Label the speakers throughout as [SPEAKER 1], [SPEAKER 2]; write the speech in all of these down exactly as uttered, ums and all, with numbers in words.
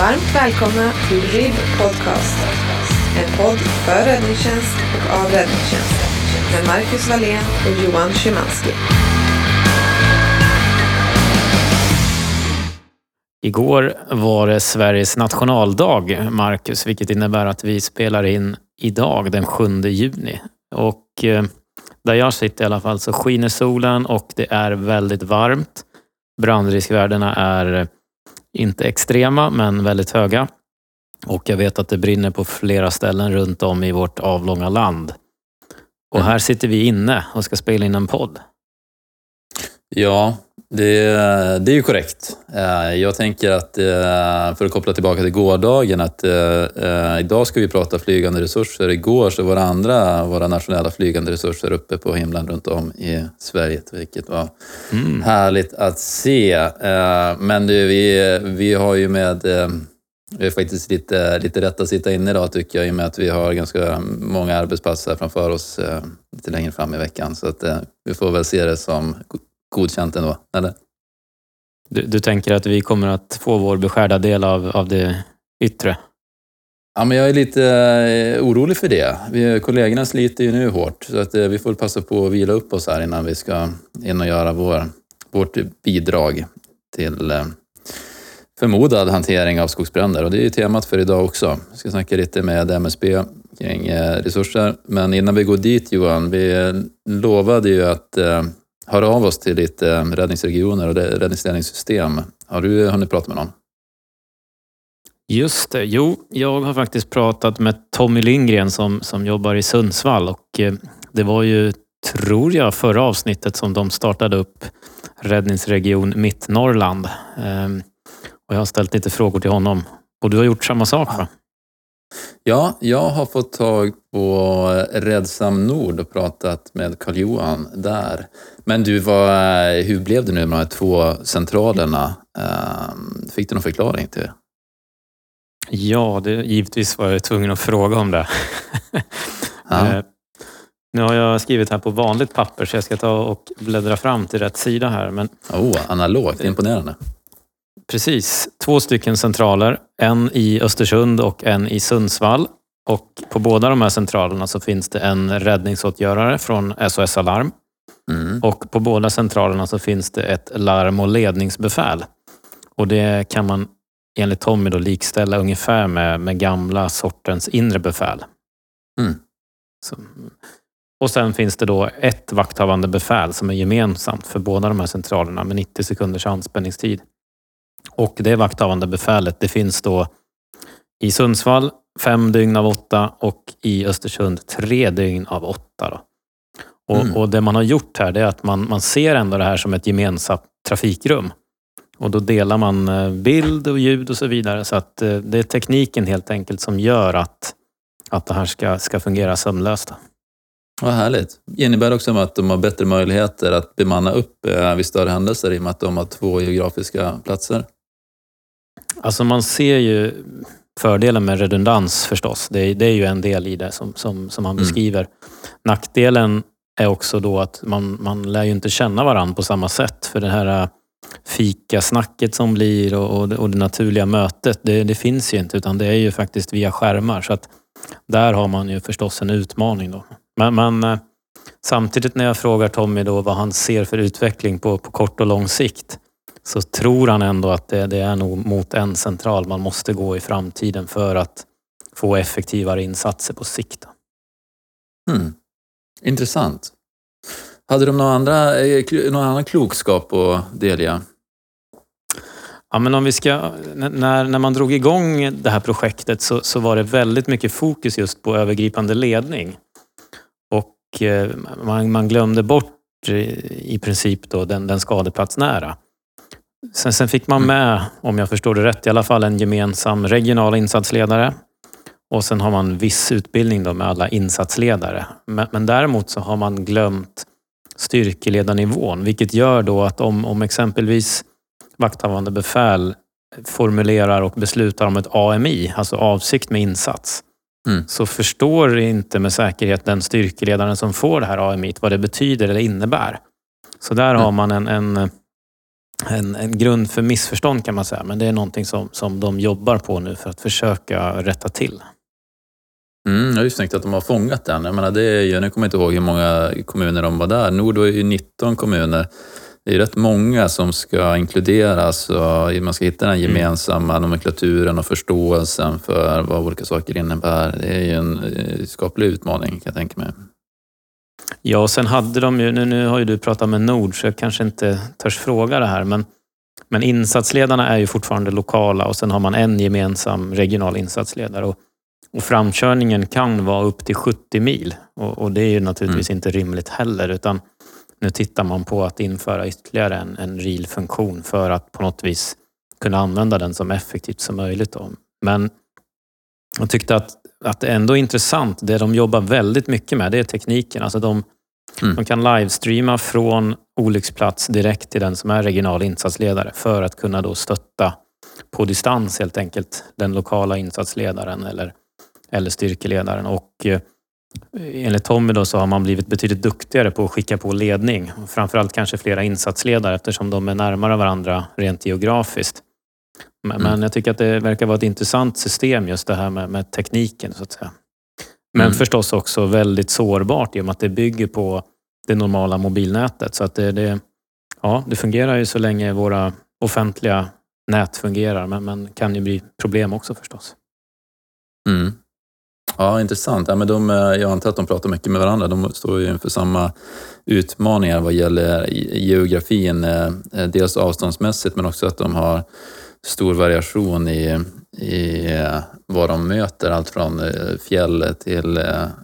[SPEAKER 1] Varmt välkomna till R I B Podcast. En podd för räddningstjänst och av räddningstjänst. Med Marcus Wallén och Johan Szymanski.
[SPEAKER 2] Igår var det Sveriges nationaldag, Marcus, vilket innebär att vi spelar in idag den sjunde juni. Och eh, där jag sitter i alla fall så skiner solen och det är väldigt varmt. Brandriskvärdena är inte extrema men väldigt höga. Och jag vet att det brinner på flera ställen runt om i vårt avlånga land. Och här sitter vi inne och ska spela in en podd.
[SPEAKER 3] Ja, det, det är ju korrekt. Jag tänker att, för att koppla tillbaka till gårdagen, att uh, idag ska vi prata flygande resurser. Igår så var det andra våra nationella flygande resurser uppe på himlen runt om i Sverige, vilket var mm. härligt att se. Uh, men du, vi, vi har ju med... Uh, vi är faktiskt lite, lite rätt att sitta inne idag tycker jag, i och med att vi har ganska många arbetspass här framför oss uh, lite längre fram i veckan. Så att uh, vi får väl se det som godkänt ändå, eller?
[SPEAKER 2] Du, du tänker att vi kommer att få vår beskärda del av, av det yttre?
[SPEAKER 3] Ja, men jag är lite eh, orolig för det. Vi, kollegorna sliter ju nu hårt, så att eh, vi får passa på att vila upp oss här innan vi ska in och göra vår, vårt bidrag till eh, förmodad hantering av skogsbränder. Och det är ju temat för idag också. Vi ska snacka lite med M S B kring eh, resurser. Men innan vi går dit, Johan, vi lovade ju att eh, höra av oss till lite räddningsregioner och räddningsledningssystem. Har du hunnit prata med någon?
[SPEAKER 2] Just det. Jo, jag har faktiskt pratat med Tommy Lindgren som, som jobbar i Sundsvall. Och eh, det var ju, tror jag, förra avsnittet som de startade upp räddningsregion Mittnorrland. Eh, och jag har ställt lite frågor till honom. Och du har gjort samma sak, va?
[SPEAKER 3] Ja, jag har fått tag på Räddsam Nord och pratat med Carl-Johan där. Men du, var, hur blev det nu med de här två centralerna? Fick du någon förklaring till det?
[SPEAKER 2] Ja, det, givetvis var jag tvungen att fråga om det. Ja. Nu har jag skrivit här på vanligt papper så jag ska ta och bläddra fram till rätt sida här. Men,
[SPEAKER 3] oh, analogt, imponerande.
[SPEAKER 2] Precis, två stycken centraler, en i Östersund och en i Sundsvall. Och på båda de här centralerna så finns det en räddningsåtgörare från S O S Alarm. Mm. Och på båda centralerna så finns det ett larm- och ledningsbefäl. Och det kan man enligt Tommy då likställa ungefär med, med gamla sortens inre befäl. Mm. Så, och sen finns det då ett vakthavande befäl som är gemensamt för båda de här centralerna med nittio sekunders anspänningstid. Och det vakthavande befälet, det finns då i Sundsvall fem dygn av åtta och i Östersund tre dygn av åtta. Då. Och, mm. och det man har gjort här det är att man, man ser ändå det här som ett gemensamt trafikrum. Och då delar man bild och ljud och så vidare. Så att det är tekniken helt enkelt som gör att, att det här ska, ska fungera sömlöst.
[SPEAKER 3] Vad härligt. Det innebär också att de har bättre möjligheter att bemanna upp vid större händelser i och med att de har två geografiska platser.
[SPEAKER 2] Alltså man ser ju fördelen med redundans förstås. Det är, det är ju en del i det som, som, som han beskriver. Mm. Nackdelen är också då att man, man lär ju inte känna varandra på samma sätt. För det här fikasnacket som blir och, och, det, och det naturliga mötet, det, det finns ju inte. Utan det är ju faktiskt via skärmar. Så att där har man ju förstås en utmaning då. Men, men samtidigt när jag frågar Tommy då vad han ser för utveckling på, på kort och lång sikt, så tror han ändå att det, det är nog mot en central man måste gå i framtiden för att få effektivare insatser på sikt.
[SPEAKER 3] Mm. Intressant. Hade de någon, andra, någon annan klokskap att delge?
[SPEAKER 2] Ja, men om vi ska, när, när man drog igång det här projektet så, så var det väldigt mycket fokus just på övergripande ledning. Och eh, man, man glömde bort i princip då den, den skadeplatsnära. Sen, sen fick man med, om jag förstår det rätt, i alla fall en gemensam regional insatsledare. Och sen har man viss utbildning då med alla insatsledare. Men, men däremot så har man glömt styrkeledarnivån. Vilket gör då att om, om exempelvis vakthavande befäl formulerar och beslutar om ett A M I, alltså avsikt med insats. Mm. Så förstår inte med säkerhet den styrkeledaren som får det här A M I vad det betyder eller innebär. Så där mm. har man en... en en, en grund för missförstånd kan man säga. Men det är någonting som, som de jobbar på nu för att försöka rätta till.
[SPEAKER 3] Mm, jag har just tänkt att de har fångat den. Jag menar, det är ju, nu kommer jag inte ihåg hur många kommuner de var där. Nord var ju nitton kommuner. Det är rätt många som ska inkluderas och man ska hitta den gemensamma nomenklaturen och förståelsen för vad olika saker innebär. Det är ju en skaplig utmaning kan jag tänka mig.
[SPEAKER 2] Ja, och sen hade de ju, nu, nu har ju du pratat med Nord så jag kanske inte törs fråga det här, men, men insatsledarna är ju fortfarande lokala och sen har man en gemensam regional insatsledare och, och framkörningen kan vara upp till sjuttio mil och, och det är ju naturligtvis mm. inte rimligt heller, utan nu tittar man på att införa ytterligare en, en R I L-funktion för att på något vis kunna använda den så effektivt som möjligt. Då. Men jag tyckte att, att det ändå är intressant. Det de jobbar väldigt mycket med, det är tekniken. Alltså de, mm. de kan livestreama från olycksplats direkt till den som är regional insatsledare för att kunna då stötta på distans helt enkelt den lokala insatsledaren eller, eller styrkeledaren. Och enligt Tommy då så har man blivit betydligt duktigare på att skicka på ledning. Framförallt kanske flera insatsledare eftersom de är närmare varandra rent geografiskt. Men, mm. men jag tycker att det verkar vara ett intressant system just det här med, med tekniken så att säga. Men mm. förstås också väldigt sårbart i och med att det bygger på det normala mobilnätet. Så att det, det, ja, det fungerar ju så länge våra offentliga nät fungerar, men, men kan ju bli problem också förstås.
[SPEAKER 3] Mm. Ja, intressant. Ja, men de, jag antar att de pratar mycket med varandra. De står ju inför samma utmaningar vad gäller geografin. Dels avståndsmässigt men också att de har stor variation i, i vad de möter. Allt från fjäll till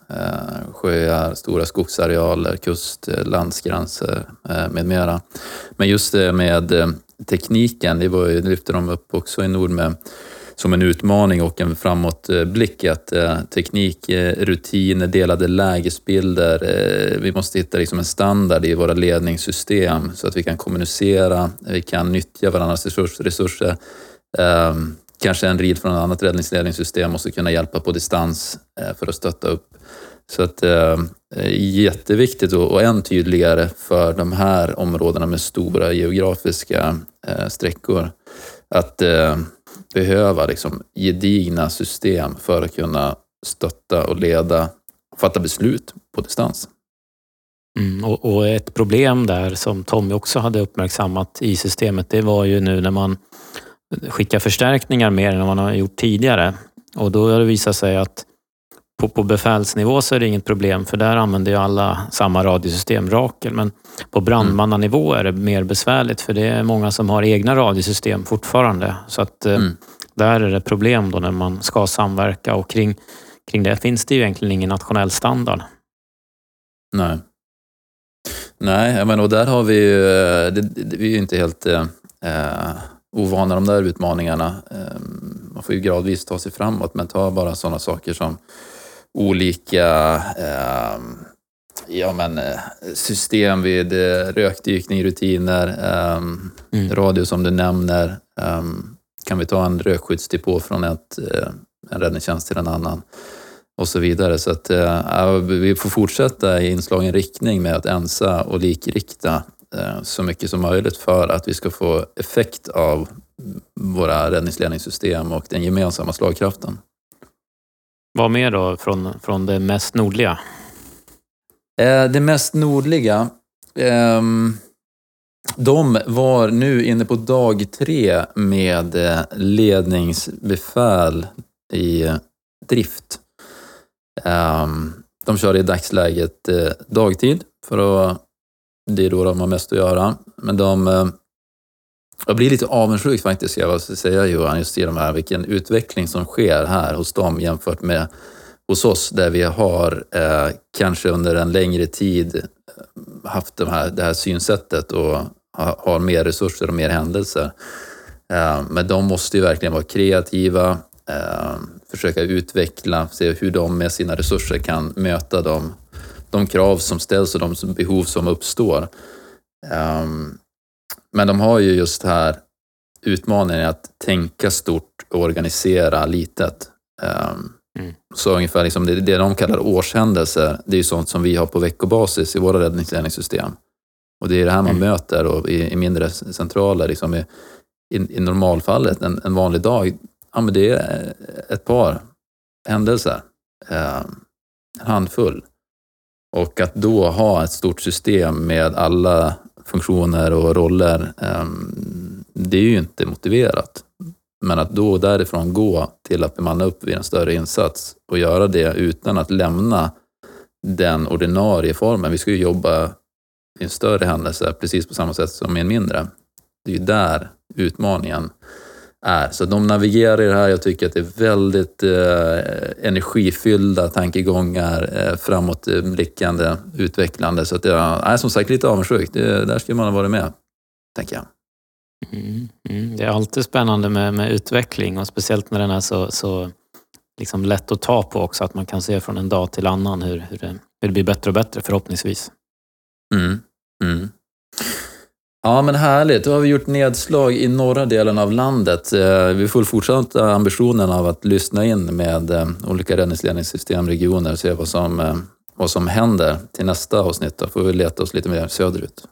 [SPEAKER 3] sjöar, stora skogsarealer, kust, landsgränser med mera. Men just det med tekniken, det, var, det lyfter de upp också i Nord med som en utmaning och en framåtblick att eh, teknik, eh, rutiner, delade lägesbilder. Eh, vi måste hitta liksom en standard i våra ledningssystem så att vi kan kommunicera, vi kan nyttja varandras resurs, resurser. Eh, kanske en R I L från ett annat räddningsledningssystem måste kunna hjälpa på distans eh, för att stötta upp. Så att eh, jätteviktigt och, och än tydligare för de här områdena med stora geografiska eh, sträckor att eh, behöva liksom gedigna system för att kunna stötta och leda och fatta beslut på distans.
[SPEAKER 2] Mm, och, och ett problem där som Tommy också hade uppmärksammat i systemet, det var ju nu när man skickar förstärkningar mer än vad man har gjort tidigare. Och då har det visat sig att på, på befälsnivå så är det inget problem för där använder ju alla samma radiosystem, Rakel. Men på brandmannanivå är det mer besvärligt för det är många som har egna radiosystem fortfarande. Så att mm. där är det problem då när man ska samverka och kring, kring det finns det ju egentligen ingen nationell standard.
[SPEAKER 3] Nej. Nej, men och där har vi ju, det, det, vi är ju inte helt eh, ovana de där utmaningarna. Eh, man får ju gradvis ta sig framåt, men ta bara sådana saker som olika eh, ja, men, system vid rökdykning, rutiner, eh, mm. radio som du nämner. Eh, kan vi ta en rökskyddsdepå från ett, eh, en räddningstjänst till en annan och så vidare. Så att eh, vi får fortsätta i inslagen riktning med att ensa och likrikta eh, så mycket som möjligt för att vi ska få effekt av våra räddningsledningssystem och den gemensamma slagkraften.
[SPEAKER 2] Vad mer då från, från det mest nordliga?
[SPEAKER 3] Eh, det mest nordliga, eh, de var nu inne på dag tre med ledningsbefäl i drift. Eh, de kör i dagsläget eh, dagtid för att det är då de har mest att göra. Men de eh, jag blir lite avundsjuk faktiskt, jag vill säga Johan, just i de här, vilken utveckling som sker här hos dem jämfört med hos oss där vi har eh, kanske under en längre tid haft de här, det här synsättet och ha, har mer resurser och mer händelser. Eh, men de måste ju verkligen vara kreativa, eh, försöka utveckla, se hur de med sina resurser kan möta de, de krav som ställs och de behov som uppstår. Eh, Men de har ju just här utmaningen att tänka stort och organisera litet. Mm. Så ungefär liksom det, det de kallar årshändelser, det är ju sånt som vi har på veckobasis i våra räddningsledningssystem. Och det är det här man
[SPEAKER 2] Mm.
[SPEAKER 3] möter och i, i mindre centraler. Liksom i, i, I normalfallet, en, en vanlig dag, ja, men det är ett par händelser. Eh, en handfull. Och att då ha ett stort system med alla funktioner och roller, eh, det är ju inte motiverat. Men att då därifrån gå till att bemanna upp vid en större insats och göra det utan att lämna den ordinarie formen. Vi ska ju jobba i en större händelse precis på samma sätt som i en mindre. Det är ju där utmaningen är. Så de navigerar i det här. Jag tycker att det är väldigt eh, energifyllda tankegångar, eh, framåtblickande, utvecklande. Så att jag är som sagt lite avundsjuk. Det, där ska man ha varit med, tänker jag.
[SPEAKER 2] Mm, mm. Det är alltid spännande med, med utveckling och speciellt när den är så, så liksom lätt att ta på också. Att man kan se från en dag till annan hur, hur, det, hur det blir bättre och bättre förhoppningsvis.
[SPEAKER 3] Mm, mm. Ja, men härligt. Då har vi gjort nedslag i norra delen av landet. Vi får fortsätta ambitionen av att lyssna in med olika räddningsledningssystem, regioner och se vad som, vad som händer till nästa avsnitt. Då får vi leta oss lite mer söderut.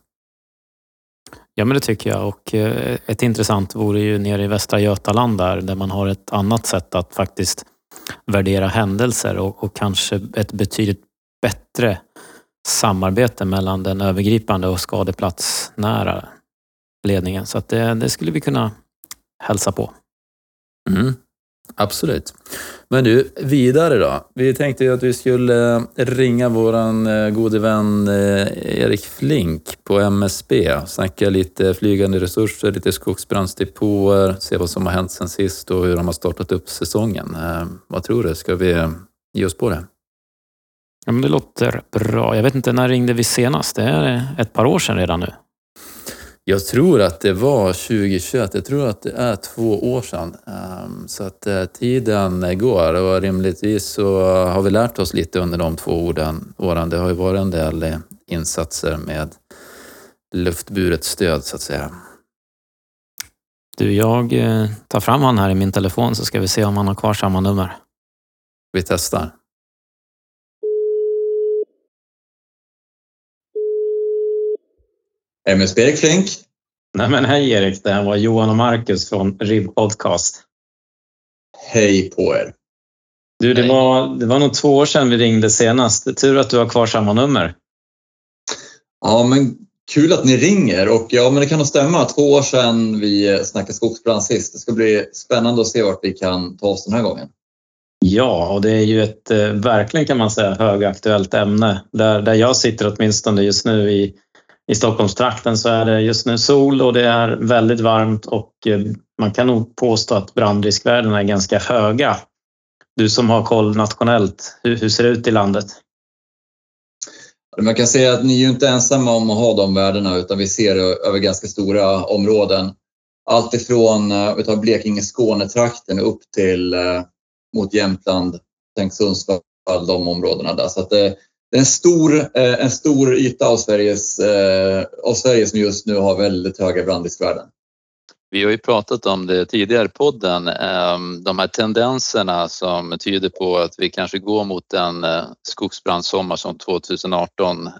[SPEAKER 2] Ja, men det tycker jag. Och ett intressant vore ju nere i Västra Götaland där, där man har ett annat sätt att faktiskt värdera händelser och, och kanske ett betydligt bättre samarbete mellan den övergripande och skadeplatsnära ledningen. Så att det, det skulle vi kunna hälsa på.
[SPEAKER 3] Mm, absolut. Men du, vidare då. Vi tänkte ju att vi skulle ringa våran gode vän Erik Flink på M S B. Snacka lite flygande resurser, lite skogsbrandsdepåer, se vad som har hänt sen sist och hur de har startat upp säsongen. Vad tror du? Ska vi ge oss på det?
[SPEAKER 2] Ja, men det låter bra. Jag vet inte, när ringde vi senast? Det är ett par år sedan redan nu.
[SPEAKER 3] Jag tror att det var tjugohundratjugoett. Jag tror att det är två år sedan. Så att tiden går och rimligtvis så har vi lärt oss lite under de två åren. Det har ju varit en del insatser med luftburet stöd så att säga.
[SPEAKER 2] Du, jag tar fram han här i min telefon så ska vi se om han har kvar samma nummer.
[SPEAKER 3] Vi testar.
[SPEAKER 4] M S B Erik Flink.
[SPEAKER 2] Nej men hej Erik, det här var Johan och Marcus från R I B Podcast.
[SPEAKER 4] Hej på er.
[SPEAKER 2] Du, det var, det var nog två år sedan vi ringde senast. Tur att du har kvar samma nummer.
[SPEAKER 4] Ja, men kul att ni ringer. Och ja, men det kan nog stämma. Två år sedan vi snackade skogsbrand sist. Det ska bli spännande att se vart vi kan ta oss den här gången.
[SPEAKER 2] Ja, och det är ju ett eh, verkligen kan man säga högaktuellt ämne. Där, där jag sitter åtminstone just nu i I Stockholmstrakten så är det just nu sol och det är väldigt varmt och man kan nog påstå att brandriskvärdena är ganska höga. Du som har koll nationellt, hur, hur ser det ut i landet?
[SPEAKER 4] Man kan säga att ni är ju inte ensamma om att ha de värdena utan vi ser det över ganska stora områden. Allt ifrån vi tar Blekinge-Skåne-trakten upp till mot Jämtland, tänk Sundsvall, de områdena där. Så att det Det är en stor, en stor yta av, Sveriges, av Sverige som just nu har väldigt höga brandriskvärden.
[SPEAKER 3] Vi har ju pratat om det tidigare i podden, de här tendenserna som tyder på att vi kanske går mot en skogsbrandsommar som tjugoarton.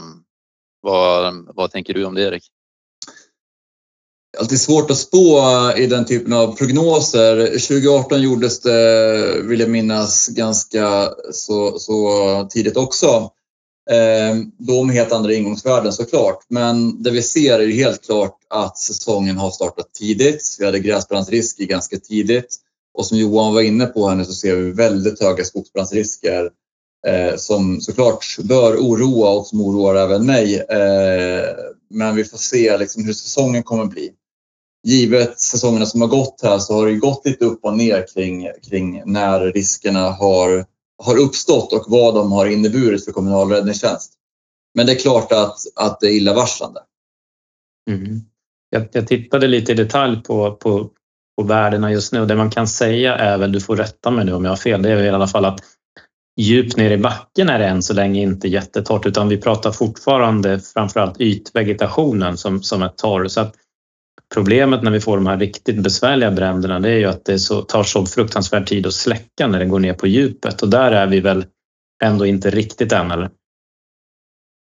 [SPEAKER 3] Vad, vad tänker du om det, Erik?
[SPEAKER 4] Det är alltid svårt att spå i den typen av prognoser. tjugoarton gjordes det, vill jag minnas, ganska så, så tidigt också. Eh, då med helt andra ingångsvärden såklart. Men det vi ser är ju helt klart att säsongen har startat tidigt. Vi hade gräsbrandsrisker ganska tidigt. Och som Johan var inne på här nu så ser vi väldigt höga skogsbrandsrisker. Eh, som såklart bör oroa och som oroar även mig. Eh, men vi får se liksom hur säsongen kommer att bli. Givet säsongerna som har gått här så har det gått lite upp och ner kring, kring när riskerna har, har uppstått och vad de har inneburit för kommunal räddningstjänst. Men det är klart att, att det är illavarslande.
[SPEAKER 2] Mm. Jag, jag tittade lite i detalj på, på, på värdena just nu och det man kan säga är väl, du får rätta mig nu om jag har fel, det är i alla fall att djupt ner i backen är det än så länge inte jättetorrt utan vi pratar fortfarande framförallt ytvegetationen som, som är torr. Så att problemet när vi får de här riktigt besvärliga bränderna det är ju att det så, tar så fruktansvärd tid att släcka när det går ner på djupet och där är vi väl ändå inte riktigt än, eller?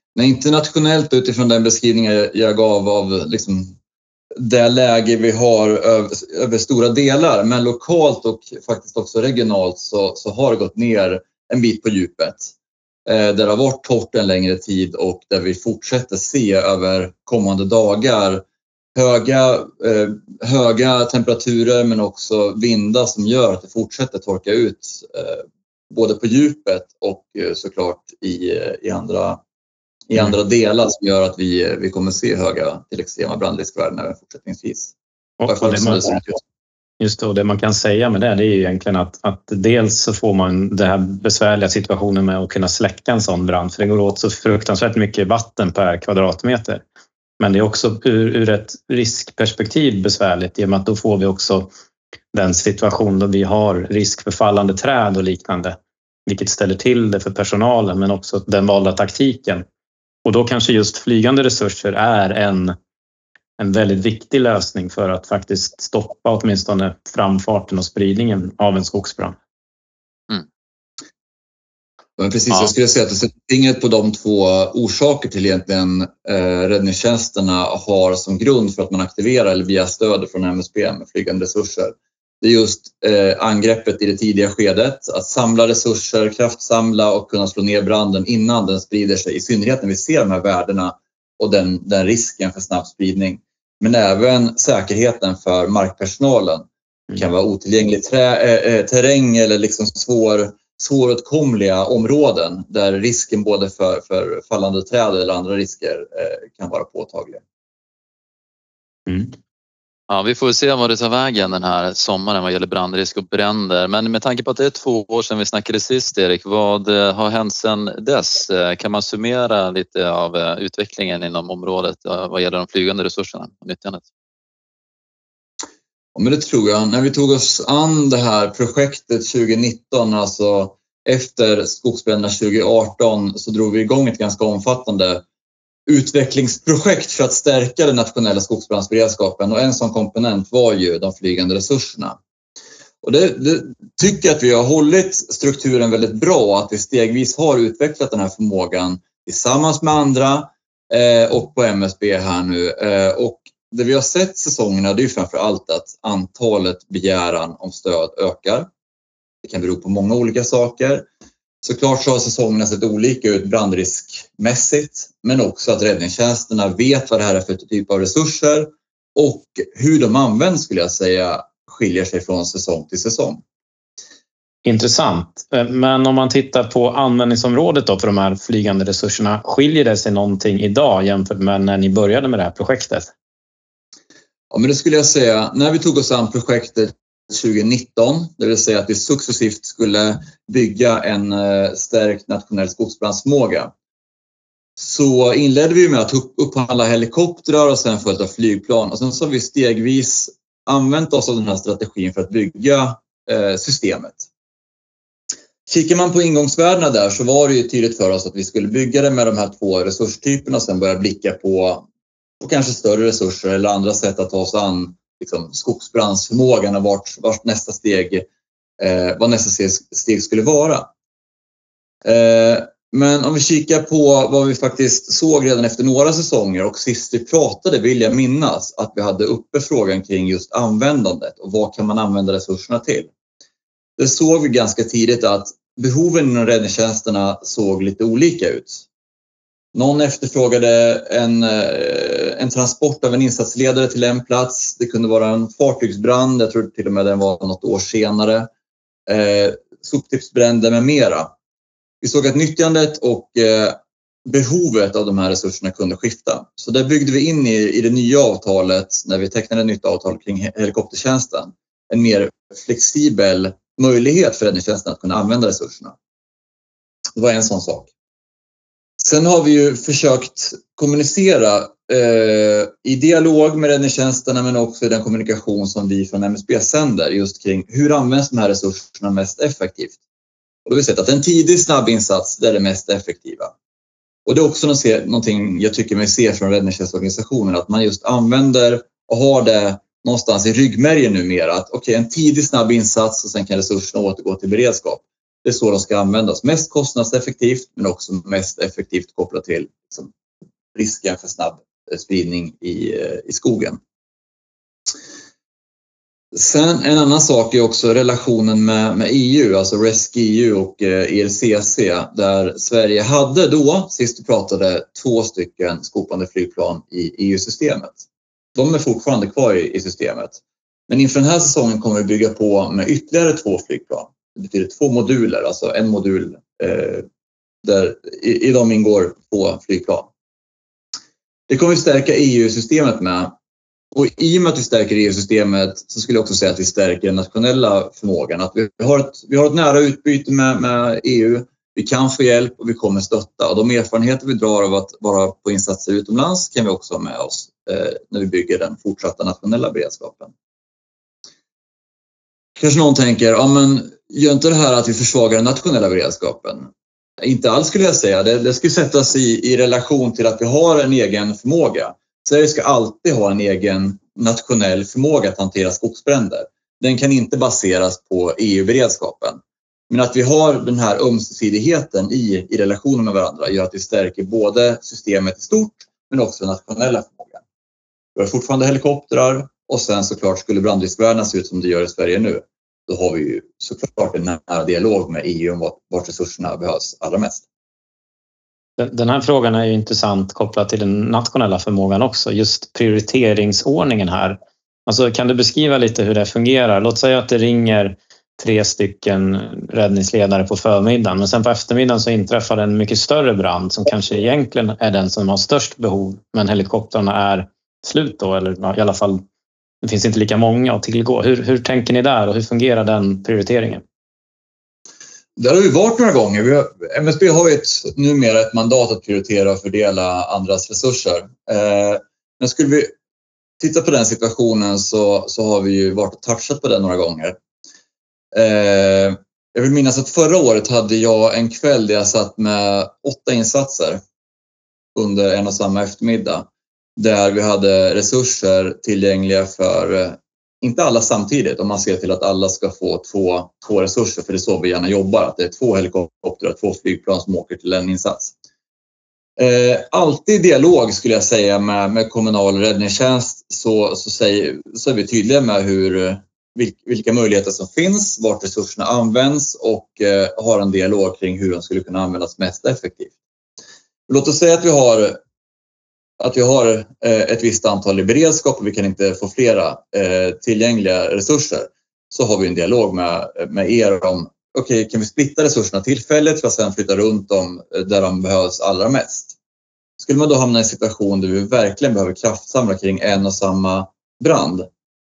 [SPEAKER 4] Nej, internationellt utifrån den beskrivningen jag gav av liksom det läge vi har över, över stora delar, men lokalt och faktiskt också regionalt så, så har det gått ner en bit på djupet. Eh, där det har varit torrt en längre tid och där vi fortsätter se över kommande dagar höga, eh, höga temperaturer men också vindar som gör att det fortsätter torka ut eh, både på djupet och eh, såklart i, i andra i andra mm. delar som gör att vi, vi kommer se höga till extrema brandriskvärden även fortsättningsvis.
[SPEAKER 2] Och, och det man, just det, och det man kan säga med det, det är ju egentligen att, att dels så får man den här besvärliga situationen med att kunna släcka en sån brand, för det går åt så fruktansvärt mycket vatten per kvadratmeter. Men det är också ur, ur ett riskperspektiv besvärligt i och med att då får vi också den situation då vi har risk för fallande träd och liknande, vilket ställer till det för personalen men också den valda taktiken. Och då kanske just flygande resurser är en, en väldigt viktig lösning för att faktiskt stoppa åtminstone framfarten och spridningen av en skogsbrand.
[SPEAKER 4] Mm. Men precis, ja. Jag skulle säga att det sätter fingret på de två orsaker till egentligen eh, räddningstjänsterna har som grund för att man aktiverar eller via stöd från M S B med flygande resurser. Det är just eh, angreppet i det tidiga skedet, att samla resurser, kraftsamla och kunna slå ner branden innan den sprider sig. I synnerhet när vi ser de här värdena och den, den risken för snabb spridning. Men även säkerheten för markpersonalen. Det kan vara otillgänglig trä, äh, terräng eller liksom svår, svåråtkomliga områden där risken både för, för fallande träd eller andra risker äh, kan vara påtagliga.
[SPEAKER 3] Mm. Ja, vi får se vad det tar vägen den här sommaren vad gäller brandrisk och bränder. Men med tanke på att det är två år sedan vi snackade sist, Erik, vad har hänt sedan dess? Kan man summera lite av utvecklingen inom området vad gäller de flygande resurserna och nyttjandet?
[SPEAKER 4] Ja, men det tror jag. När vi tog oss an det här projektet tjugonitton, alltså efter skogsbränderna tjugoarton, så drog vi igång ett ganska omfattande utvecklingsprojekt för att stärka den nationella skogsbrandsberedskapen, och en sån komponent var ju de flygande resurserna. Och det, det tycker jag att vi har hållit strukturen väldigt bra, att vi stegvis har utvecklat den här förmågan tillsammans med andra eh, och på M S B här nu. Eh, och det vi har sett säsongerna, det är ju framför allt att antalet begäran om stöd ökar. Det kan bero på många olika saker. Såklart så har säsongerna sett olika ut brandriskmässigt, men också att räddningstjänsterna vet vad det här är för typ av resurser och hur de används, skulle jag säga, skiljer sig från säsong till säsong.
[SPEAKER 2] Intressant. Men om man tittar på användningsområdet då för de här flygande resurserna, skiljer det sig någonting idag jämfört med när ni började med det här projektet?
[SPEAKER 4] Ja, men det skulle jag säga. När vi tog oss an projektet tjugonitton, det vill säga att vi successivt skulle bygga en stärkt nationell skogsbrandsförmåga, så inledde vi med att upphandla helikoptrar och sen följt av flygplan, och sen så har vi stegvis använt oss av den här strategin för att bygga systemet. Kikar man på ingångsvärdena där, så var det ju tydligt för oss att vi skulle bygga det med de här två resurstyperna och sen börja blicka på, på kanske större resurser eller andra sätt att ta oss an liksom skogsbrandsförmågan och vart, vart nästa steg, eh, vad nästa steg, steg skulle vara. Eh, men om vi kikar på vad vi faktiskt såg redan efter några säsonger, och sist vi pratade vill jag minnas att vi hade uppe frågan kring just användandet och vad kan man använda resurserna till. Det såg vi ganska tidigt att behoven inom räddningstjänsterna såg lite olika ut. Någon efterfrågade en, en transport av en insatsledare till en plats. Det kunde vara en fartygsbrand, jag tror till och med den var något år senare. Eh, soptipsbränder med mera. Vi såg att nyttjandet och eh, behovet av de här resurserna kunde skifta. Så där byggde vi in i, i det nya avtalet, när vi tecknade ett nytt avtal kring helikoptertjänsten, en mer flexibel möjlighet för räddningstjänsten att kunna använda resurserna. Det var en sån sak. Sen har vi ju försökt kommunicera eh, i dialog med räddningstjänsterna, men också i den kommunikation som vi från M S B sänder just kring hur används de här resurserna mest effektivt. Och då har vi sett att en tidig snabb insats, det är det mest effektiva. Och det är också någonting jag tycker mig se från räddningstjänstorganisationen, att man just använder och har det någonstans i ryggmärgen numera, att okej, okay, en tidig snabb insats och sen kan resurserna återgå till beredskap. Det är så de ska användas. Mest kostnadseffektivt men också mest effektivt kopplat till liksom, risken för snabb spridning i, i skogen. Sen en annan sak är också relationen med, med E U, alltså RescEU och eh, E R C C, där Sverige hade då, sist vi pratade, två stycken skopande flygplan i E U-systemet. De är fortfarande kvar i, i systemet. Men inför den här säsongen kommer vi bygga på med ytterligare två flygplan. Det betyder två moduler, alltså en modul eh, där i, i dem ingår två flygplan. Det kommer vi stärka E U-systemet med. Och i och med att vi stärker E U-systemet så skulle jag också säga att vi stärker den nationella förmågan. Att vi har ett, vi har ett nära utbyte med, med E U, vi kan få hjälp och vi kommer stötta. Och de erfarenheter vi drar av att vara på insatser utomlands kan vi också ha med oss eh, när vi bygger den fortsatta nationella beredskapen. Kanske någon tänker, ja men gör inte det här att vi försvagar den nationella beredskapen? Inte alls skulle jag säga. Det, det skulle sättas i, i relation till att vi har en egen förmåga. Sverige ska alltid ha en egen nationell förmåga att hantera skogsbränder. Den kan inte baseras på E U-beredskapen. Men att vi har den här ömsesidigheten i, i relationen med varandra gör att vi stärker både systemet i stort men också den nationella förmågan. Vi har fortfarande helikoptrar och sen såklart skulle brandriskvärdena se ut som det gör i Sverige nu. Då har vi ju såklart en nära dialog med E U om vart, vart resurserna behövs allra mest.
[SPEAKER 2] Den här frågan är ju intressant kopplat till den nationella förmågan också. Just prioriteringsordningen här. Alltså, kan du beskriva lite hur det fungerar? Låt säga att det ringer tre stycken räddningsledare på förmiddagen. Men sen på eftermiddagen så inträffar en mycket större brand som kanske egentligen är den som har störst behov. Men helikoptrarna är slut då. Eller i alla fall, det finns inte lika många att tillgå. Hur, hur tänker ni där och hur fungerar den prioriteringen?
[SPEAKER 4] Där har vi varit några gånger. Vi har, M S B har ju ett, numera ett mandat att prioritera och fördela andras resurser. Eh, men skulle vi titta på den situationen så, så har vi ju varit och touchat på den några gånger. Eh, jag vill minnas att förra året hade jag en kväll där jag satt med åtta insatser under en och samma eftermiddag. Där vi hade resurser tillgängliga för, inte alla samtidigt, om man ser till att alla ska få två, två resurser, för det är så vi gärna jobbar, att det är två helikoptrar och två flygplan som åker till en insats. Eh, alltid i dialog skulle jag säga med, med kommunal räddningstjänst så, så, säger, så är vi tydliga med hur, vilka möjligheter som finns, vart resurserna används och eh, har en dialog kring hur de skulle kunna användas mest effektivt. Låt oss säga att vi har att vi har ett visst antal i beredskap och vi kan inte få flera tillgängliga resurser, så har vi en dialog med, med er om okej, okay, kan vi splitta resurserna tillfälligt för att sedan flytta runt dem där de behövs allra mest. Skulle man då hamna i en situation där vi verkligen behöver kraftsamla kring en och samma brand,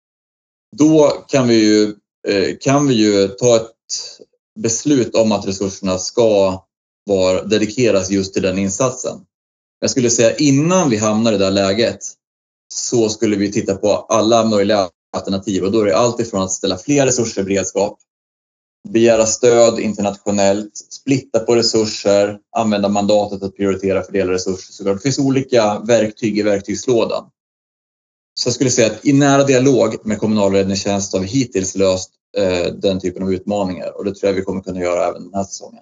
[SPEAKER 4] då kan vi ju, kan vi ju ta ett beslut om att resurserna ska vara dedikeras just till den insatsen. Jag skulle säga innan vi hamnar i det där läget så skulle vi titta på alla möjliga alternativ. Och då är det allt ifrån att ställa fler resurser i beredskap, begära stöd internationellt, splitta på resurser, använda mandatet att prioritera och fördela resurser. Så det finns olika verktyg i verktygslådan. Så jag skulle säga att i nära dialog med kommunal räddningstjänst har vi hittills löst eh, den typen av utmaningar. Och det tror jag vi kommer kunna göra även den här säsongen.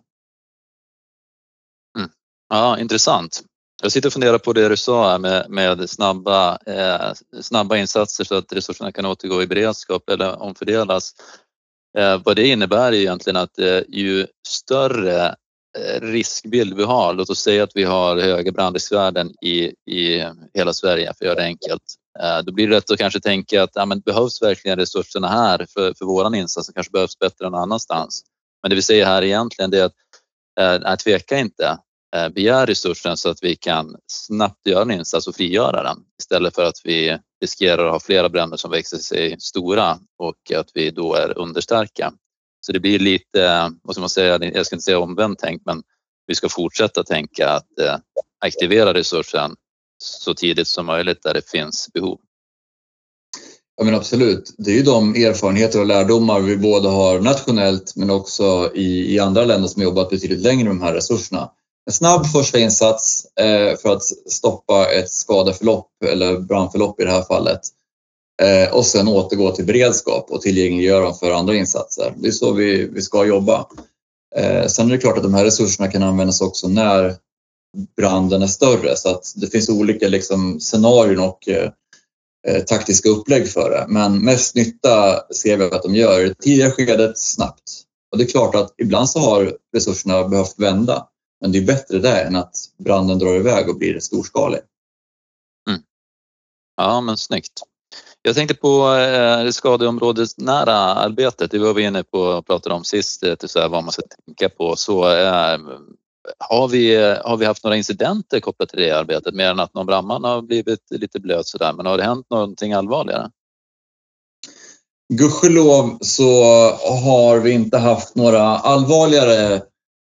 [SPEAKER 3] Mm. Ja, intressant. Jag sitter och funderar på det du sa här med, med snabba, eh, snabba insatser så att resurserna kan återgå i beredskap eller omfördelas. Eh, vad det innebär är egentligen att eh, ju större eh, riskbild vi har, låt oss säga att vi har höga brandriskvärden i, i hela Sverige, för att göra det enkelt. Eh, då blir det rätt att kanske tänka att ja, men behövs verkligen resurserna här för, för våran insats som kanske behövs bättre någon annanstans. Men det vi säger här egentligen är att eh, nej, tveka inte. Begär resursen så att vi kan snabbt göra en insats och frigöra den istället för att vi riskerar att ha flera bränder som växer sig stora och att vi då är understarka. Så det blir lite, vad ska man säga, jag ska inte säga omvänt tänk, men vi ska fortsätta tänka att aktivera resursen så tidigt som möjligt där det finns behov.
[SPEAKER 4] Ja, men absolut. Det är ju de erfarenheter och lärdomar vi både har nationellt men också i, i andra länder som jobbat betydligt längre med de här resurserna. En snabb första insats eh, för att stoppa ett skadeförlopp eller brandförlopp i det här fallet. Eh, och sen återgå till beredskap och tillgängliggöra dem för andra insatser. Det är så vi, vi ska jobba. Eh, sen är det klart att de här resurserna kan användas också när branden är större, så att det finns olika liksom, scenarion och eh, taktiska upplägg för det. Men mest nytta ser vi att de gör i det tidiga skedet snabbt. Och det är klart att ibland så har resurserna behövt vända. Men det är bättre det än att branden drar iväg och blir storskalig.
[SPEAKER 3] Mm. Ja, men snyggt. Jag tänkte på eh, det skadeområdesnära arbetet. Det var vi inne på och pratade om sist, till så här, vad man ska tänka på. Så eh, har, vi, har vi haft några incidenter kopplat till det arbetet? Mer än att någon brandman har blivit lite blöt sådär. Men har det hänt någonting allvarligare?
[SPEAKER 4] Gudskelov så har vi inte haft några allvarligare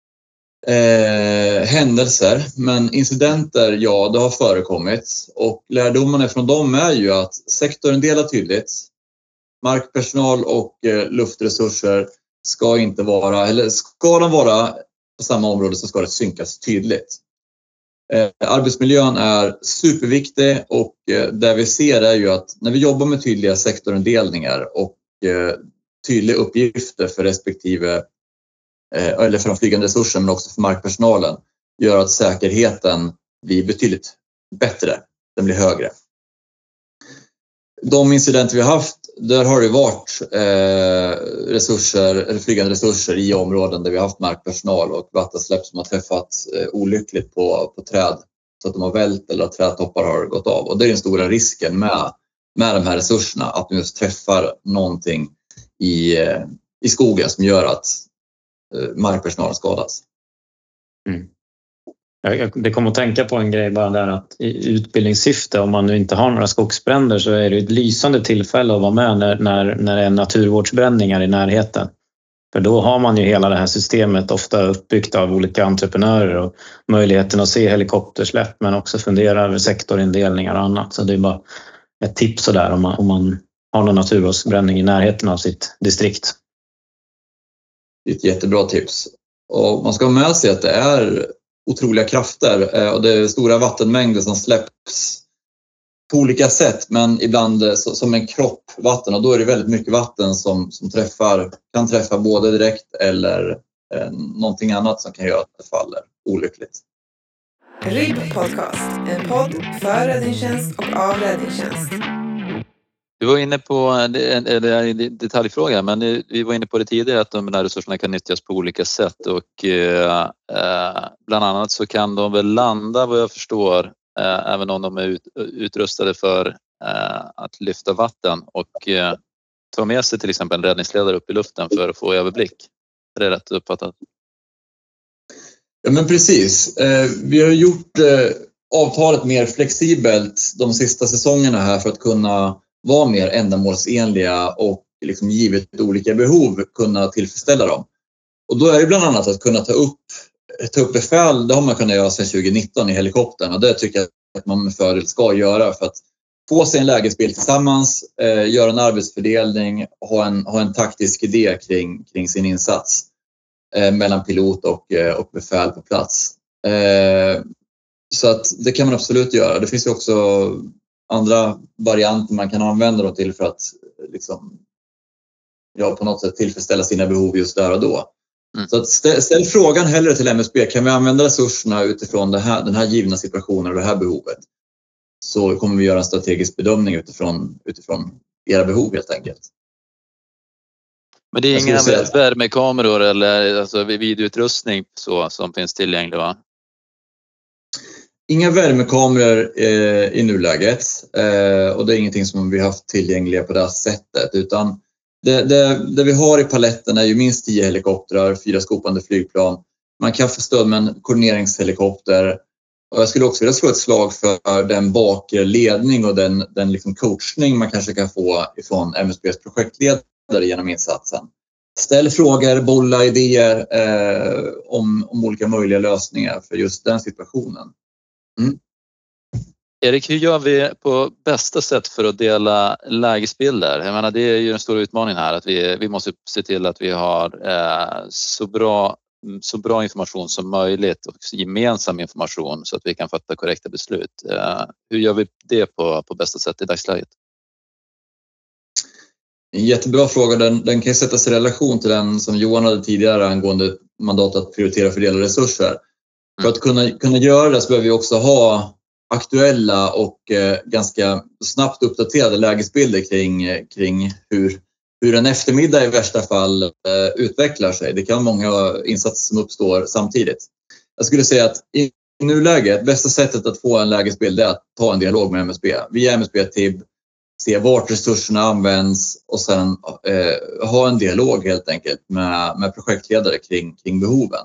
[SPEAKER 4] eh, händelser. Men incidenter, ja, det har förekommit. Och lärdomarna från dem är ju att sektorn delar tydligt. Markpersonal och eh, luftresurser ska inte vara, eller ska de vara på samma område så ska det synkas tydligt. Eh, arbetsmiljön är superviktig och eh, det vi ser är ju att när vi jobbar med tydliga sektorindelningar och eh, tydliga uppgifter för respektive eh, eller för de flygande resurser men också för markpersonalen gör att säkerheten blir betydligt bättre, den blir högre. De incidenter vi har haft, där har det varit eh, resurser, eller flygande resurser i områden där vi har haft markpersonal och vattensläpp som har träffat eh, olyckligt på, på träd så att de har vält eller att trädtoppar har gått av. Och det är den stora risken med, med de här resurserna, att de just träffar någonting i, eh, i skogen som gör att eh, markpersonalen skadas.
[SPEAKER 2] Mm. Det kommer att tänka på en grej bara där att i utbildningssyfte, om man nu inte har några skogsbränder, så är det ett lysande tillfälle att vara med när, när, när det är naturvårdsbränningar i närheten. För då har man ju hela det här systemet ofta uppbyggt av olika entreprenörer och möjligheten att se helikoptersläpp men också fundera över sektorindelningar och annat. Så det är bara ett tips sådär om man, om man har någon naturvårdsbränning i närheten av sitt distrikt.
[SPEAKER 4] Det är ett jättebra tips. Och man ska ha med sig att det är otroliga krafter och det är stora vattenmängder som släpps på olika sätt, men ibland som en kropp vatten, och då är det väldigt mycket vatten som, som träffar, kan träffa både direkt eller eh, någonting annat som kan göra att det faller olyckligt.
[SPEAKER 1] R I B Podcast, en podd för räddningstjänst och av räddningstjänst.
[SPEAKER 3] Du var inne på, det är en detaljfråga, men vi var inne på det tidigare att de här resurserna kan nyttjas på olika sätt och eh, bland annat så kan de väl landa, vad jag förstår, eh, även om de är ut, utrustade för eh, att lyfta vatten och eh, ta med sig till exempel en räddningsledare upp i luften för att få överblick. Är det rätt uppfattat?
[SPEAKER 4] Ja, men precis. Eh, vi har gjort eh, avtalet mer flexibelt de sista säsongerna här för att kunna vara mer ändamålsenliga och liksom givet olika behov kunna tillfredsställa dem. Och då är det bland annat att kunna ta upp, ta upp befäl, det har man kunnat göra sedan tjugo nitton i helikoptern och det tycker jag att man med fördel ska göra för att få sig en lägesbild tillsammans, eh, göra en arbetsfördelning, ha en, ha en taktisk idé kring, kring sin insats eh, mellan pilot och, eh, och befäl på plats. Eh, så att det kan man absolut göra. Det finns ju också andra varianter man kan använda dem till för att liksom, ja, på något sätt tillfredsställa sina behov just där och då. Mm. Så att ställ, ställ frågan hellre till M S B. Kan vi använda resurserna utifrån det här, den här givna situationen och det här behovet? Så kommer vi göra en strategisk bedömning utifrån, utifrån era behov helt enkelt.
[SPEAKER 3] Men det är inga värmekameror eller alltså videoutrustning så, som finns tillgänglig, va?
[SPEAKER 4] Inga värmekameror eh, i nuläget eh, och det är ingenting som vi har haft tillgängliga på det här sättet, utan det, det, det vi har i paletten är ju minst tio helikoptrar, fyra skopande flygplan. Man kan få stöd med en koordineringshelikopter och jag skulle också vilja slå ett slag för den bakre ledning och den, den liksom coachning man kanske kan få ifrån M S B:s projektledare genom insatsen. Ställ frågor, bolla idéer eh, om, om olika möjliga lösningar för just den situationen. Mm.
[SPEAKER 3] Erik, hur gör vi på bästa sätt för att dela lägesbilder? Jag menar, det är ju en stor utmaning här att vi, vi måste se till att vi har eh, så, bra, så bra information som möjligt och gemensam information så att vi kan fatta korrekta beslut. Eh, hur gör vi det på, på bästa sätt i dagsläget?
[SPEAKER 4] En jättebra fråga. Den, den kan sättas i relation till den som Johan hade tidigare angående mandat att prioritera och fördela resurser. Mm. För att kunna, kunna göra det så behöver vi också ha aktuella och eh, ganska snabbt uppdaterade lägesbilder kring, kring hur, hur en eftermiddag i värsta fall eh, utvecklar sig. Det kan vara många insatser som uppstår samtidigt. Jag skulle säga att i nuläget, bästa sättet att få en lägesbild är att ta en dialog med M S B. Via M S B T I B, se vart resurserna används och sen eh, ha en dialog helt enkelt med, med projektledare kring, kring behoven.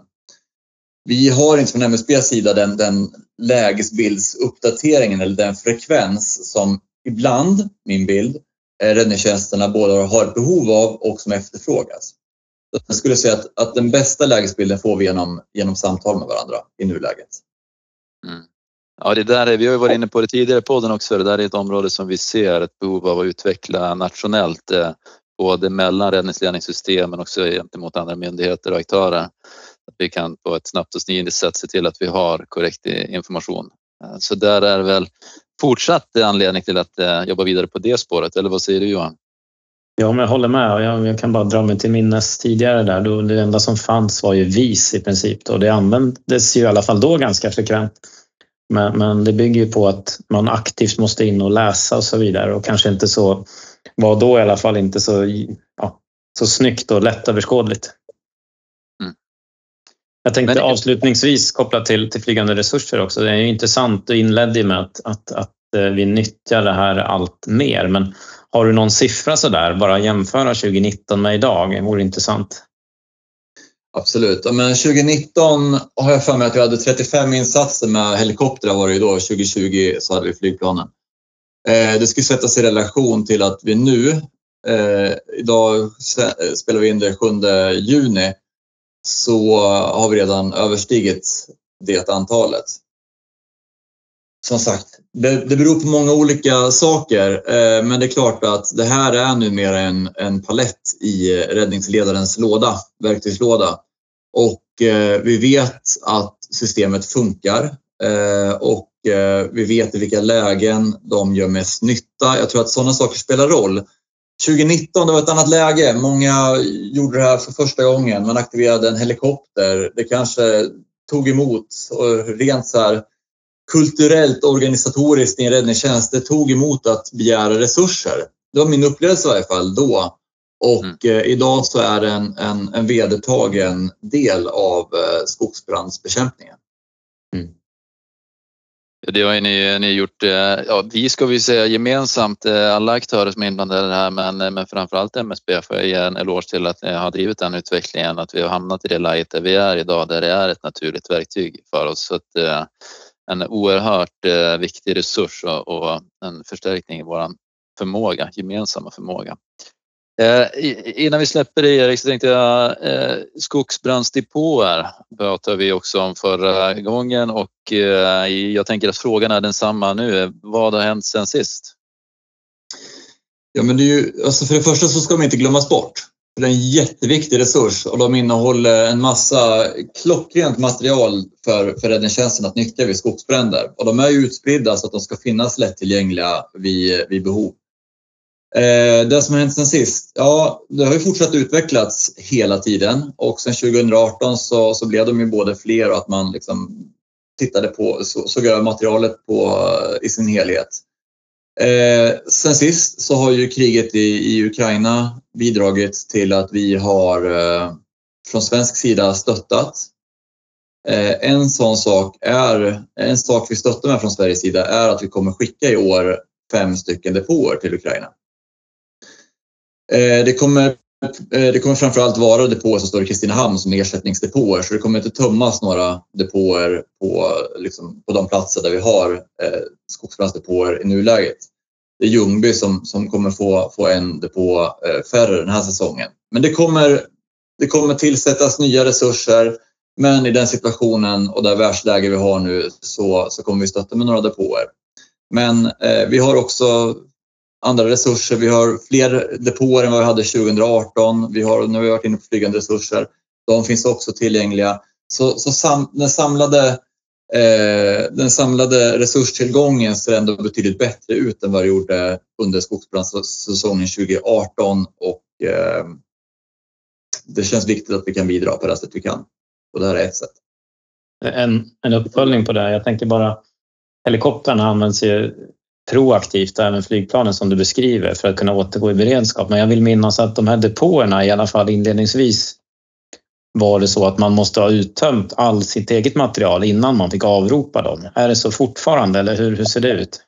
[SPEAKER 4] Vi har inte från M S B:s sida den, den lägesbildsuppdateringen eller den frekvens som ibland, min bild, räddningstjänsterna både har ett behov av och som efterfrågas. Så jag skulle säga att, att den bästa lägesbilden får vi genom, genom samtal med varandra i nuläget.
[SPEAKER 3] Mm. Ja, det där är, vi har ju varit inne på det tidigare på podden också. Det där är ett område som vi ser ett behov av att utveckla nationellt, eh, både mellan räddningsledningssystemen men också gentemot andra myndigheter och aktörer. Att vi kan på ett snabbt och smidigt sätt se till att vi har korrekt information. Eh, så där är väl fortsatt anledning till att eh, jobba vidare på det spåret. Eller vad säger du, Johan?
[SPEAKER 2] Ja, men jag håller med. Jag, jag kan bara dra mig till minnes tidigare där. Då det enda som fanns var ju V I S i princip. Och det användes ju i alla fall då ganska frekvent. Men, men det bygger ju på att man aktivt måste in och läsa och så vidare. Och kanske inte så, var då i alla fall inte så, ja, så snyggt och lättöverskådligt. Mm. Jag tänkte men... avslutningsvis koppla till, till flygande resurser också. Det är ju intressant och inledde med att, att, att vi nyttjar det här allt mer. Men har du någon siffra så där? Bara jämföra tjugo nitton med idag. Det vore intressant.
[SPEAKER 4] Absolut. Men tjugo nitton har jag för mig att vi hade trettiofem insatser med helikoptrar var det ju då. tjugo tjugo så hade vi flygplanen. Eh, det ska sättas i relation till att vi nu, eh, idag spelar vi in det sjunde juni, så har vi redan överstigit det antalet. Som sagt, det, det beror på många olika saker, eh, men det är klart att det här är nu mer en, en palett i räddningsledarens låda, verktygslåda. Och eh, vi vet att systemet funkar eh, och eh, vi vet i vilka lägen de gör mest nytta. Jag tror att sådana saker spelar roll. tjugo nitton det var ett annat läge. Många gjorde det här för första gången. Man aktiverade en helikopter. Det kanske tog emot och rent så här kulturellt, organisatoriskt i en räddningstjänst. Det tog emot att begära resurser. Det var min upplevelse i varje fall då. Och mm. eh, idag så är det en, en, en vedertagen del av eh, skogsbrandsbekämpningen.
[SPEAKER 3] Mm. Det har ni, ni gjort, eh, ja, vi ska vi säga gemensamt, eh, alla aktörer som är inblandade här, men, men framförallt M S B, för jag ger en eloge till att ni har drivit den utvecklingen, att vi har hamnat i det läget där vi är idag, där det är ett naturligt verktyg för oss. Så att, eh, en oerhört eh, viktig resurs och, och en förstärkning i vår förmåga, gemensamma förmåga. Eh, innan vi släpper det, Erik, så tänkte jag eh, skogsbrandsdepåer pratar vi också om förra gången och eh, jag tänker att frågan är densamma nu. Vad har hänt sen sist?
[SPEAKER 4] Ja, men det är ju, alltså för det första så ska de inte glömmas bort. Det är en jätteviktig resurs och de innehåller en massa klockrent material för, för räddningstjänsten att nyttja vid skogsbränder. Och de är ju utspridda så att de ska finnas lättillgängliga vid, vid behov. Eh, det som har hänt sen sist, ja, det har ju fortsatt utvecklats hela tiden och sen tjugo arton så, så blev de ju både fler och att man liksom tittade på, så, såg över materialet på, i sin helhet. Eh, sen sist så har ju kriget i, i Ukraina bidragit till att vi har eh, från svensk sida stöttat. Eh, en sån sak är, en sak vi stöttar med från Sveriges sida är att vi kommer skicka i år fem stycken depåer till Ukraina. Eh, det kommer eh, det kommer framförallt vara depåer som står i Kristinehamn som ersättningsdepåer, så det kommer inte tömmas några depåer på, liksom, på de platser där vi har eh, skogsbrandsdepåer i nuläget. Det är Ljungby som, som kommer få, få en depå eh, färre den här säsongen. Men det kommer, det kommer tillsättas nya resurser, men i den situationen och det världsläge vi har nu så, så kommer vi stötta med några depåer. Men eh, vi har också andra resurser. Vi har fler depåer än vad vi hade tjugo arton. Vi har, nu har vi varit inne på flygande resurser. De finns också tillgängliga. Så, så sam, den, samlade, eh, den samlade resurstillgången ser ändå betydligt bättre ut än vad det gjorde under skogsbrandssäsongen tjugo arton. Och eh, det känns viktigt att vi kan bidra på det sätt vi kan. Och det här är ett sätt.
[SPEAKER 2] En, en uppföljning på det. Jag tänker bara, helikoptrarna används ju proaktivt, även flygplanen som du beskriver, för att kunna återgå i beredskap. Men jag vill minnas att de här depåerna, i alla fall inledningsvis, var det så att man måste ha uttömt all sitt eget material innan man fick avropa dem. Är det så fortfarande, eller hur, hur ser det ut?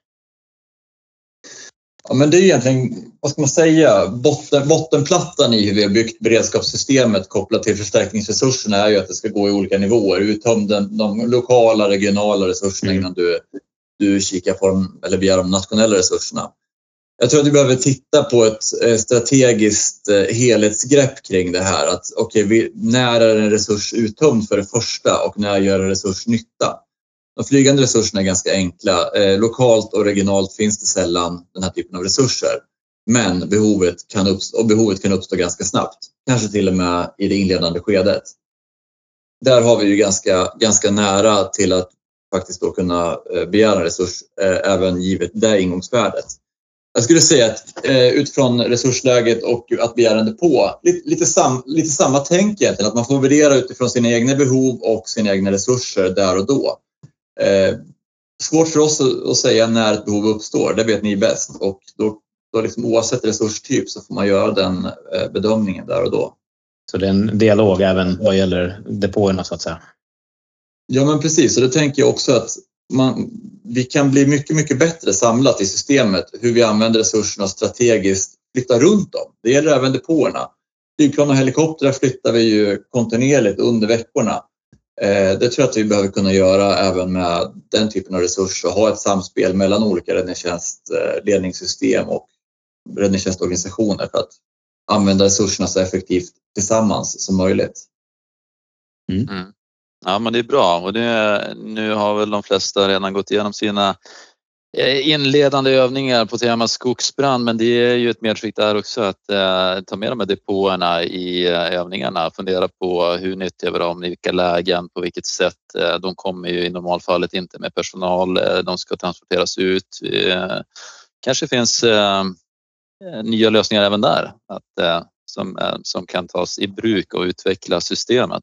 [SPEAKER 4] Ja, men det är egentligen, vad ska man säga, botten, bottenplattan i hur vi har byggt beredskapssystemet kopplat till förstärkningsresurserna är ju att det ska gå i olika nivåer. Uttöm den, de lokala, regionala resurserna mm. innan du, du kikar på dem eller begär de nationella resurserna. Jag tror att vi behöver titta på ett strategiskt helhetsgrepp kring det här. Att okej, okay, när är en resurs uttömd för det första och när gör en resurs nytta? De flygande resurserna är ganska enkla. Eh, lokalt och regionalt finns det sällan den här typen av resurser. Men behovet kan uppstå, och behovet kan uppstå ganska snabbt. Kanske till och med i det inledande skedet. Där har vi ju ganska, ganska nära till att faktiskt då kunna begära resurs eh, även givet det ingångsvärdet. Jag skulle säga att eh, utifrån resursläget och att begära en depå, lite, lite, sam, lite samma tänk egentligen. Att man får värdera utifrån sina egna behov och sina egna resurser där och då. Eh, svårt för oss att, att säga när ett behov uppstår, det vet ni bäst. Och då, då liksom, oavsett resurstyp så får man göra den eh, bedömningen där och då.
[SPEAKER 2] Så det är en dialog även vad gäller depåerna så att säga?
[SPEAKER 4] Ja men precis, och det tänker jag också att man, vi kan bli mycket, mycket bättre samlat i systemet hur vi använder resurserna strategiskt, flytta runt dem. Det gäller även depåerna. Flygplan och helikoptrar flyttar vi ju kontinuerligt under veckorna. Eh, det tror jag att vi behöver kunna göra även med den typen av resurser och ha ett samspel mellan olika räddningstjänstledningssystem och räddningstjänstorganisationer för att använda resurserna så effektivt tillsammans som möjligt.
[SPEAKER 3] Mm. Mm. Ja, men det är bra och det, nu har väl de flesta redan gått igenom sina inledande övningar på tema skogsbrand, men det är ju ett medskick där också att eh, ta med de här depåerna i eh, övningarna, fundera på hur nyttjar vi dem, i vilka lägen, på vilket sätt. Eh, de kommer ju i normalfallet inte med personal, eh, de ska transporteras ut. Eh, kanske finns eh, nya lösningar även där att, eh, som, eh, som kan tas i bruk och utveckla systemet.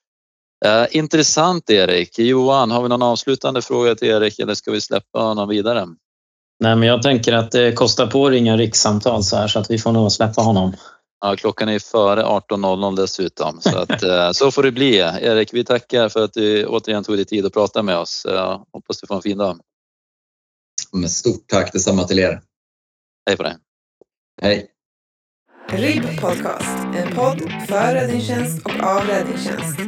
[SPEAKER 3] Uh, intressant Erik. Johan, har vi någon avslutande fråga till Erik eller ska vi släppa honom vidare?
[SPEAKER 2] Nej, men jag tänker att det kostar på att ringa rikssamtal så här så att vi får nog släppa honom.
[SPEAKER 3] Ja, klockan är före arton noll noll dessutom. Så, att, uh, så får det bli. Erik, vi tackar för att du återigen tog dig tid att prata med oss. Uh, hoppas du får en fin dag.
[SPEAKER 4] Med stort tack, detsamma till er.
[SPEAKER 3] Hej på dig.
[SPEAKER 4] Hej.
[SPEAKER 1] R I B Podcast, en podd för räddningstjänst och av räddningstjänst.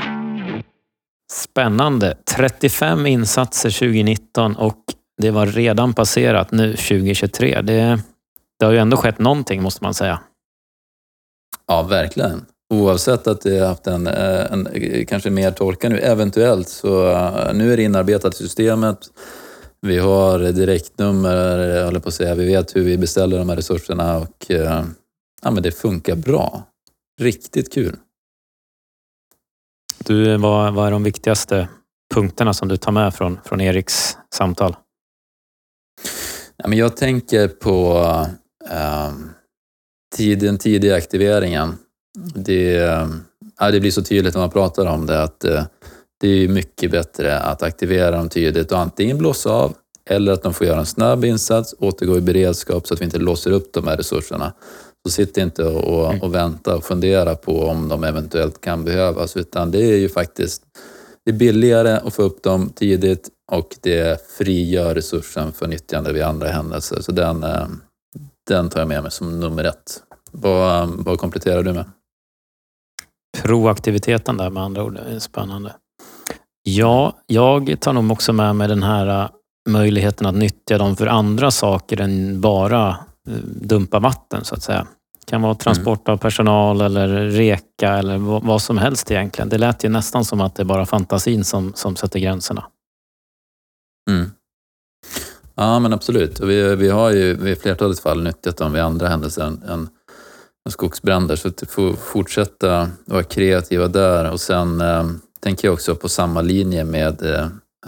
[SPEAKER 2] Spännande. trettiofem insatser tjugonitton och det var redan passerat nu tjugohundratjugotre. Det, det har ju ändå skett någonting måste man säga.
[SPEAKER 3] Ja, verkligen. Oavsett att det har haft en, en kanske mer torka nu, eventuellt så nu är det inarbetat i systemet. Vi har direktnummer, jag håller på att säga. Vi vet hur vi beställer de här resurserna och ja, men det funkar bra. Riktigt kul.
[SPEAKER 2] Du, vad, vad är de viktigaste punkterna som du tar med från, från Eriks samtal?
[SPEAKER 3] Ja, men jag tänker på eh, tid, den tidiga aktiveringen. Det, ja, det blir så tydligt när man pratar om det att eh, det är mycket bättre att aktivera dem tidigt och antingen blåsa av eller att de får göra en snabb insats, återgå i beredskap så att vi inte låser upp de här resurserna. Så sitt inte och, och, och vänta och fundera på om de eventuellt kan behövas, utan det är ju faktiskt det är billigare att få upp dem tidigt och det frigör resursen för nyttjande vid andra händelser. Så den, den tar jag med mig som nummer ett. Vad, vad kompletterar du med?
[SPEAKER 2] Proaktiviteten där med andra ord är spännande. Ja, jag tar nog också med mig den här möjligheten att nyttja dem för andra saker än bara dumpa vatten så att säga. Det kan vara transport av personal eller reka eller vad som helst egentligen. Det lät ju nästan som att det är bara fantasin som, som sätter gränserna.
[SPEAKER 3] Mm. Ja, men absolut. Och vi, vi har ju vid flertalet fall nyttjat dem vid andra händelser än, än skogsbränder. Så att få fortsätta vara kreativa där. Och sen eh, tänker jag också på samma linje med eh,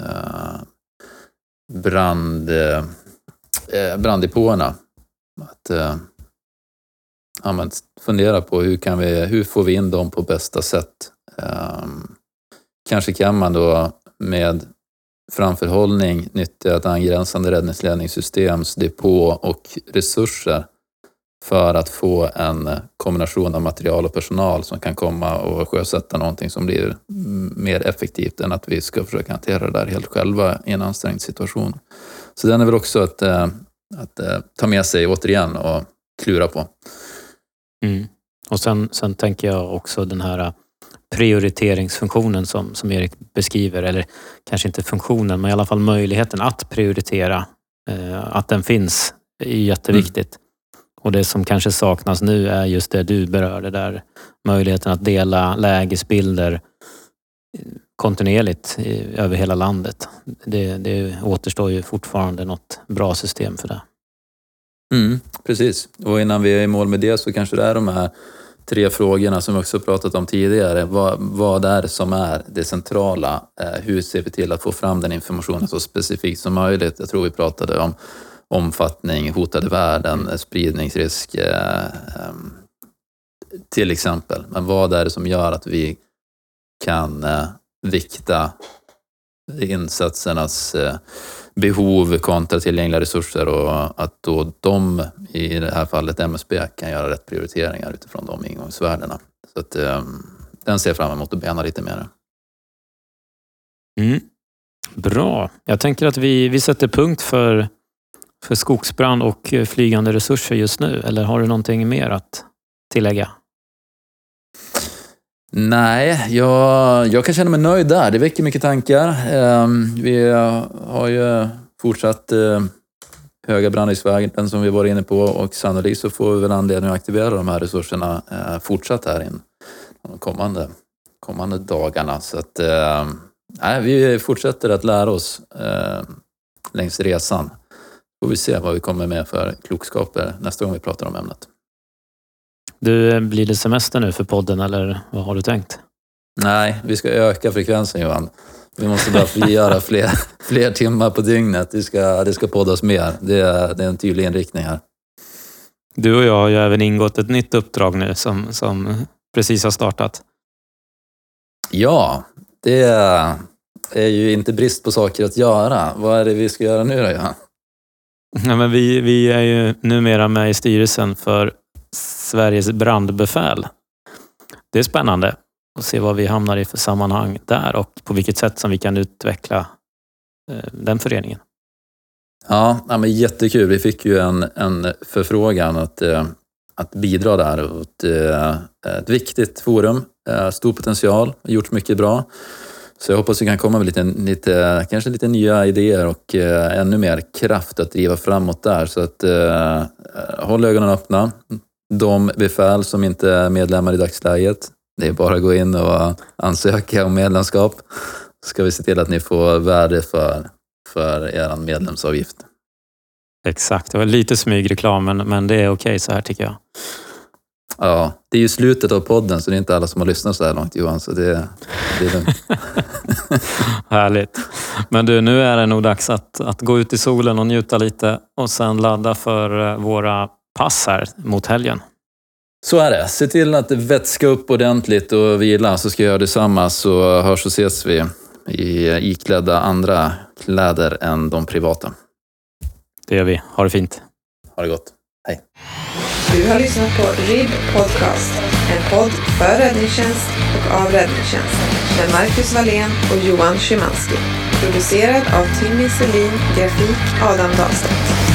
[SPEAKER 3] brand, eh, branddepåerna. Att eh, ja, men fundera på hur, kan vi, hur får vi in dem på bästa sätt. Um, kanske kan man då med framförhållning nyttja ett angränsande räddningsledningssystems depå och resurser för att få en kombination av material och personal som kan komma och sjösätta någonting som blir mer effektivt än att vi ska försöka hantera det där helt själva i en ansträngd situation. Så den är väl också att, att ta med sig återigen och klura på.
[SPEAKER 2] Mm. Och sen, sen tänker jag också den här prioriteringsfunktionen som, som Erik beskriver, eller kanske inte funktionen, men i alla fall möjligheten att prioritera, eh, att den finns är jätteviktigt. Mm. Och det som kanske saknas nu är just det du berörde där, möjligheten att dela lägesbilder kontinuerligt i, över hela landet. Det, det återstår ju fortfarande något bra system för det.
[SPEAKER 3] Mm, precis. Och innan vi är i mål med det så kanske det är de här tre frågorna som vi också pratat om tidigare. Vad, vad är det som är det centrala? Eh, hur ser vi till att få fram den informationen så specifikt som möjligt? Jag tror vi pratade om omfattning, hotade värden, spridningsrisk eh, eh, till exempel. Men vad är det som gör att vi kan eh, vikta insatsernas eh, behov kontra tillgängliga resurser och att då de, i det här fallet M S B, kan göra rätt prioriteringar utifrån de ingångsvärdena. Så att eh, den ser jag fram emot att bena lite mer.
[SPEAKER 2] Mm. Bra. Jag tänker att vi, vi sätter punkt för, för skogsbrand och flygande resurser just nu. Eller har du någonting mer att tillägga?
[SPEAKER 3] Nej, jag, jag kan känna mig nöjd där. Det väcker mycket tankar. Eh, vi har ju fortsatt eh, höga brandriskvärden som vi var inne på och sannolikt så får vi väl anledning att aktivera de här resurserna eh, fortsatt här in de kommande, kommande dagarna. Så att eh, nej, vi fortsätter att lära oss eh, längs resan. Får vi se vad vi kommer med för klokskaper nästa gång vi pratar om ämnet.
[SPEAKER 2] Du, blir det semester nu för podden eller vad har du tänkt?
[SPEAKER 3] Nej, vi ska öka frekvensen, Johan. Vi måste bara frigöra fler, fler timmar på dygnet. Det ska, det ska poddas mer. Det är, det är en tydlig inriktning här.
[SPEAKER 2] Du och jag har ju även ingått ett nytt uppdrag nu som, som precis har startat.
[SPEAKER 3] Ja, det är ju inte brist på saker att göra. Vad är det vi ska göra nu då, Johan?
[SPEAKER 2] Ja, men vi, vi är ju numera med i styrelsen för Sveriges brandbefäl. Det är spännande att se vad vi hamnar i för sammanhang där och på vilket sätt som vi kan utveckla eh, den föreningen.
[SPEAKER 3] Ja, ja, men jättekul. Vi fick ju en, en förfrågan att, eh, att bidra där åt eh, ett viktigt forum. Eh, stor potential, gjort mycket bra. Så jag hoppas vi kan komma med lite, lite, kanske lite nya idéer och eh, ännu mer kraft att driva framåt där. Så att eh, håll ögonen öppna. De befäl som inte är medlemmar i dagsläget, det är bara att gå in och ansöka om medlemskap. Så ska vi se till att ni får värde för, för er medlemsavgift.
[SPEAKER 2] Exakt, det var lite smygreklam men, men det är okej så här tycker jag.
[SPEAKER 3] Ja, det är ju slutet av podden så det är inte alla som har lyssnat så här långt, Johan, så det, det är lugnt.
[SPEAKER 2] Härligt. Men du, nu är det nog dags att, att gå ut i solen och njuta lite och sen ladda för våra pass här mot helgen.
[SPEAKER 3] Så är det. Se till att vätska upp ordentligt och vila så ska jag göra detsamma, så hörs och ses vi i iklädda andra kläder än de privata.
[SPEAKER 2] Det gör vi. Ha det fint.
[SPEAKER 3] Ha det gott. Hej.
[SPEAKER 1] Du har lyssnat på R I B Podcast, en podd för räddningstjänst och av räddningstjänst med Marcus Wallén och Johan Szymanski. Producerad av Timmy Selin, grafik Adam Dahlstedt.